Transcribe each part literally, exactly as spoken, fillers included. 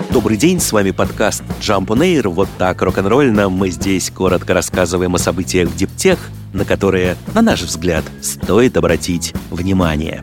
Добрый день, с вами подкаст Jump on Air. Вот так рок-н-ролльно мы здесь коротко рассказываем о событиях в диптех, на которые, на наш взгляд, стоит обратить внимание.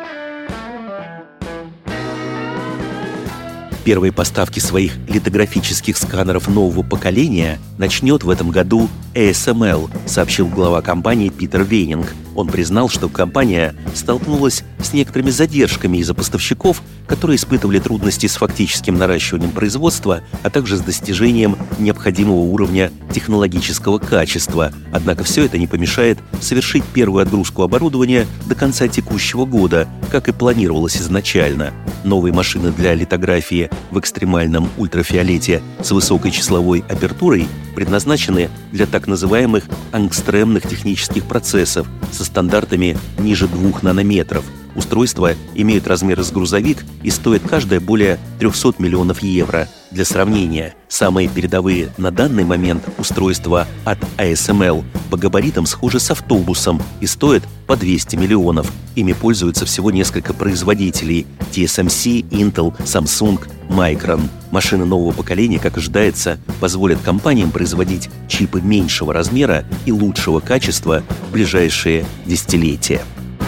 Первые поставки своих литографических сканеров нового поколения начнет в этом году эй эс эм эл, сообщил глава компании Питер Вейнинг. Он признал, что компания столкнулась с некоторыми задержками из-за поставщиков, которые испытывали трудности с фактическим наращиванием производства, а также с достижением необходимого уровня технологического качества. Однако все это не помешает совершить первую отгрузку оборудования до конца текущего года, как и планировалось изначально. Новые машины для литографии в экстремальном ультрафиолете с высокой числовой апертурой предназначены для так называемых ангстремных технических процессов со стандартами ниже двух нанометров. Устройства имеют размеры с грузовик и стоят каждое более триста миллионов евро. Для сравнения, самые передовые на данный момент устройства от эй эс эм эл по габаритам схожи с автобусом и стоят по двести миллионов. Ими пользуются всего несколько производителей – ти эс эм си, Intel, Samsung, Micron. Машины нового поколения, как ожидается, позволят компаниям производить чипы меньшего размера и лучшего качества в ближайшие десятилетия.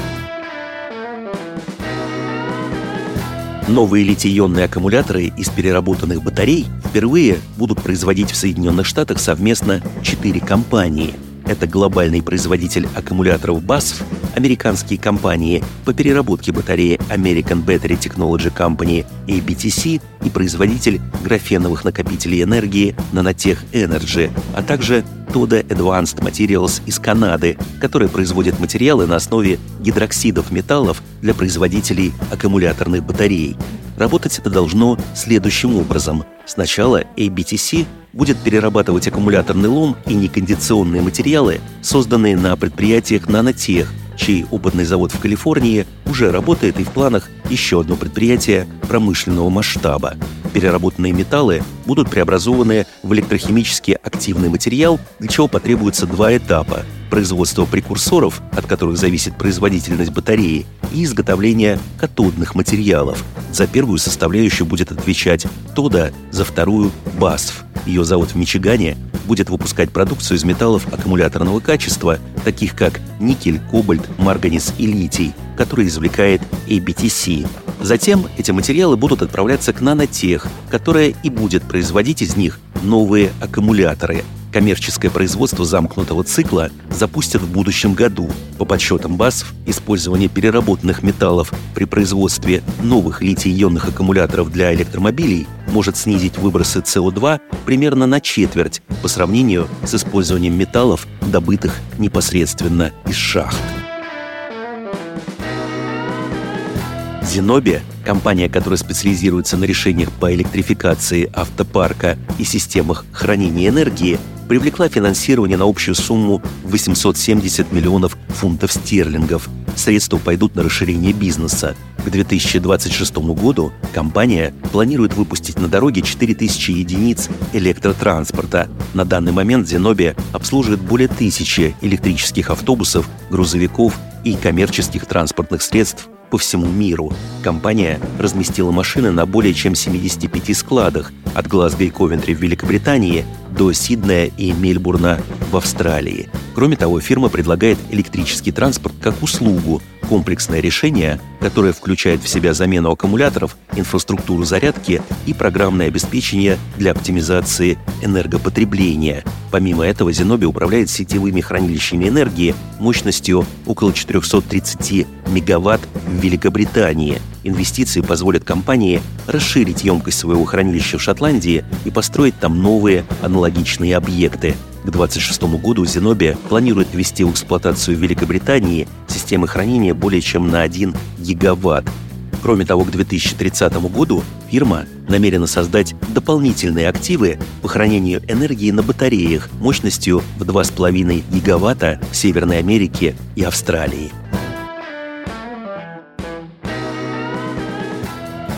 Новые литий-ионные аккумуляторы из переработанных батарей впервые будут производить в Соединенных Штатах совместно четыре компании. Это глобальный производитель аккумуляторов би эй эс эф, американские компании по переработке батареи American Battery Technology Company эй би ти си и производитель графеновых накопителей энергии Nanotech Energy, а также Toda Advanced Materials из Канады, которая производит материалы на основе гидроксидов металлов для производителей аккумуляторных батарей. Работать это должно следующим образом. Сначала эй би ти си будет перерабатывать аккумуляторный лом и некондиционные материалы, созданные на предприятиях Nanotech, чей опытный завод в Калифорнии уже работает, и в планах еще одно предприятие промышленного масштаба. Переработанные металлы будут преобразованы в электрохимически активный материал, для чего потребуется два этапа – производство прекурсоров, от которых зависит производительность батареи, и изготовление катодных материалов. За первую составляющую будет отвечать Toda, за вторую – би эй эс эф. Ее завод в Мичигане будет выпускать продукцию из металлов аккумуляторного качества, таких как никель, кобальт, марганец и литий, которые извлекает эй би ти си. Затем эти материалы будут отправляться к Nanotech, которая и будет производить из них новые аккумуляторы. Коммерческое производство замкнутого цикла запустят в будущем году. По подсчетам би эй эс эф, использование переработанных металлов при производстве новых литий-ионных аккумуляторов для электромобилей может снизить выбросы си о два примерно на четверть по сравнению с использованием металлов, добытых непосредственно из шахт. Zenobē, компания, которая специализируется на решениях по электрификации автопарка и системах хранения энергии, привлекла финансирование на общую сумму восемьсот семьдесят миллионов фунтов стерлингов. Средства пойдут на расширение бизнеса. К две тысячи двадцать шестому году компания планирует выпустить на дороге четыре тысячи единиц электротранспорта. На данный момент Zenobē обслуживает более тысячи электрических автобусов, грузовиков и коммерческих транспортных средств по всему миру. Компания разместила машины на более чем семидесяти пяти складах, от Глазго и Ковентри в Великобритании до Сиднея и Мельбурна в Австралии. Кроме того, фирма предлагает электрический транспорт как услугу, комплексное решение, которое включает в себя замену аккумуляторов, инфраструктуру зарядки и программное обеспечение для оптимизации энергопотребления. Помимо этого, Zenobē управляет сетевыми хранилищами энергии мощностью около четыреста тридцать мегаватт в Великобритании. Инвестиции позволят компании расширить емкость своего хранилища в Шотландии и построить там новые аналогичные объекты. К две тысячи двадцать шестому году Zenobē планирует ввести в эксплуатацию в Великобритании системы хранения более чем на один гигаватт. Кроме того, к две тысячи тридцатому году фирма намерена создать дополнительные активы по хранению энергии на батареях мощностью в два с половиной гигаватта в Северной Америке и Австралии.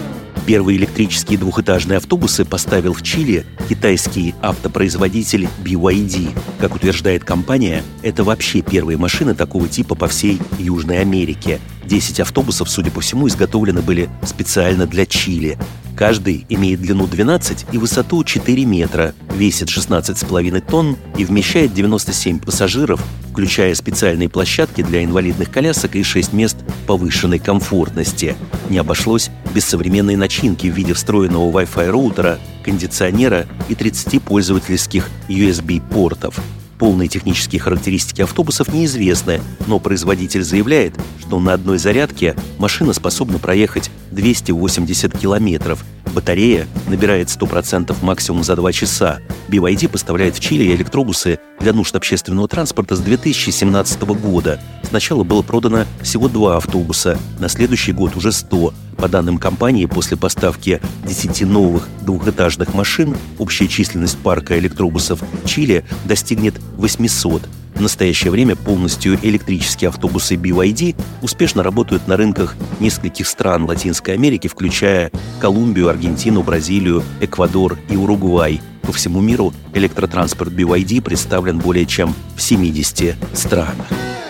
Первые электрические двухэтажные автобусы поставил в Чили китайский автопроизводитель би вай ди. Как утверждает компания, это вообще первые машины такого типа по всей Южной Америке. Десять автобусов, судя по всему, изготовлены были специально для Чили. Каждый имеет длину двенадцать и высоту четыре метра, весит шестнадцать с половиной тонн и вмещает девяносто семь пассажиров, включая специальные площадки для инвалидных колясок и шесть мест повышенной комфортности. Не обошлось без современной начинки в виде встроенного Wi-Fi роутера, кондиционера и тридцати пользовательских ю эс би-портов. Полные технические характеристики автобусов неизвестны, но производитель заявляет, что на одной зарядке машина способна проехать двести восемьдесят километров. Батарея набирает сто процентов максимум за два часа. би вай ди поставляет в Чили электробусы для нужд общественного транспорта с две тысячи семнадцатого года. Сначала было продано всего два автобуса, на следующий год уже сто. По данным компании, после поставки десяти новых двухэтажных машин общая численность парка электробусов в Чили достигнет восьмисот. В настоящее время полностью электрические автобусы би вай ди успешно работают на рынках нескольких стран Латинской Америки, включая Колумбию, Аргентину, Бразилию, Эквадор и Уругвай. По всему миру электротранспорт би вай ди представлен более чем в семидесяти странах.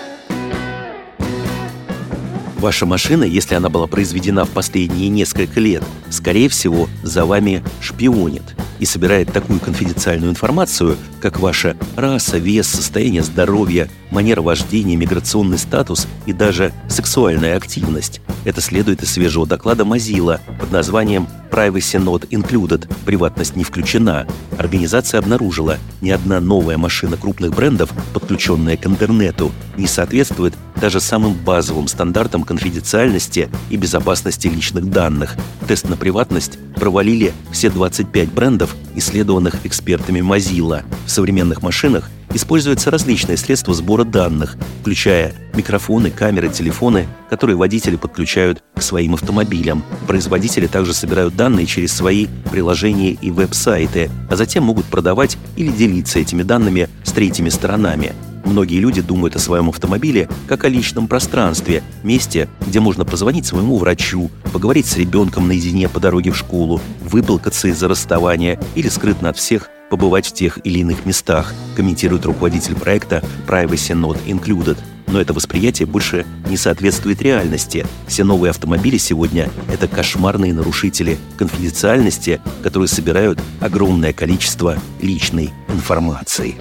Ваша машина, если она была произведена в последние несколько лет, скорее всего, за вами шпионит и собирает такую конфиденциальную информацию, как ваша раса, вес, состояние здоровья, манера вождения, миграционный статус и даже сексуальная активность. Это следует из свежего доклада Mozilla под названием «Privacy Not Included» – «Приватность не включена». Организация обнаружила, ни одна новая машина крупных брендов, подключенная к интернету, не соответствует даже самым базовым стандартам конфиденциальности и безопасности личных данных. Тест на приватность провалили все двадцать пять брендов, исследованных экспертами Mozilla. В современных машинах используются различные средства сбора данных, включая микрофоны, камеры, телефоны, которые водители подключают к своим автомобилям. Производители также собирают данные через свои приложения и веб-сайты, а затем могут продавать или делиться этими данными с третьими сторонами. Многие люди думают о своем автомобиле как о личном пространстве, месте, где можно позвонить своему врачу, поговорить с ребенком наедине по дороге в школу, выплакаться из-за расставания или скрытно от всех побывать в тех или иных местах, комментирует руководитель проекта Privacy Not Included. Но это восприятие больше не соответствует реальности. Все новые автомобили сегодня – это кошмарные нарушители конфиденциальности, которые собирают огромное количество личной информации.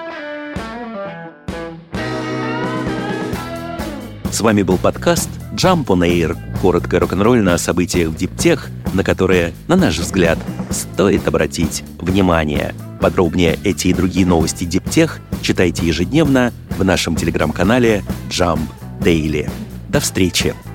С вами был подкаст Jump on Air. Коротко рок-н-ролльно о событиях в диптех, на которые, на наш взгляд, стоит обратить внимание. Подробнее эти и другие новости диптех читайте ежедневно в нашем телеграм-канале Jump Daily. До встречи!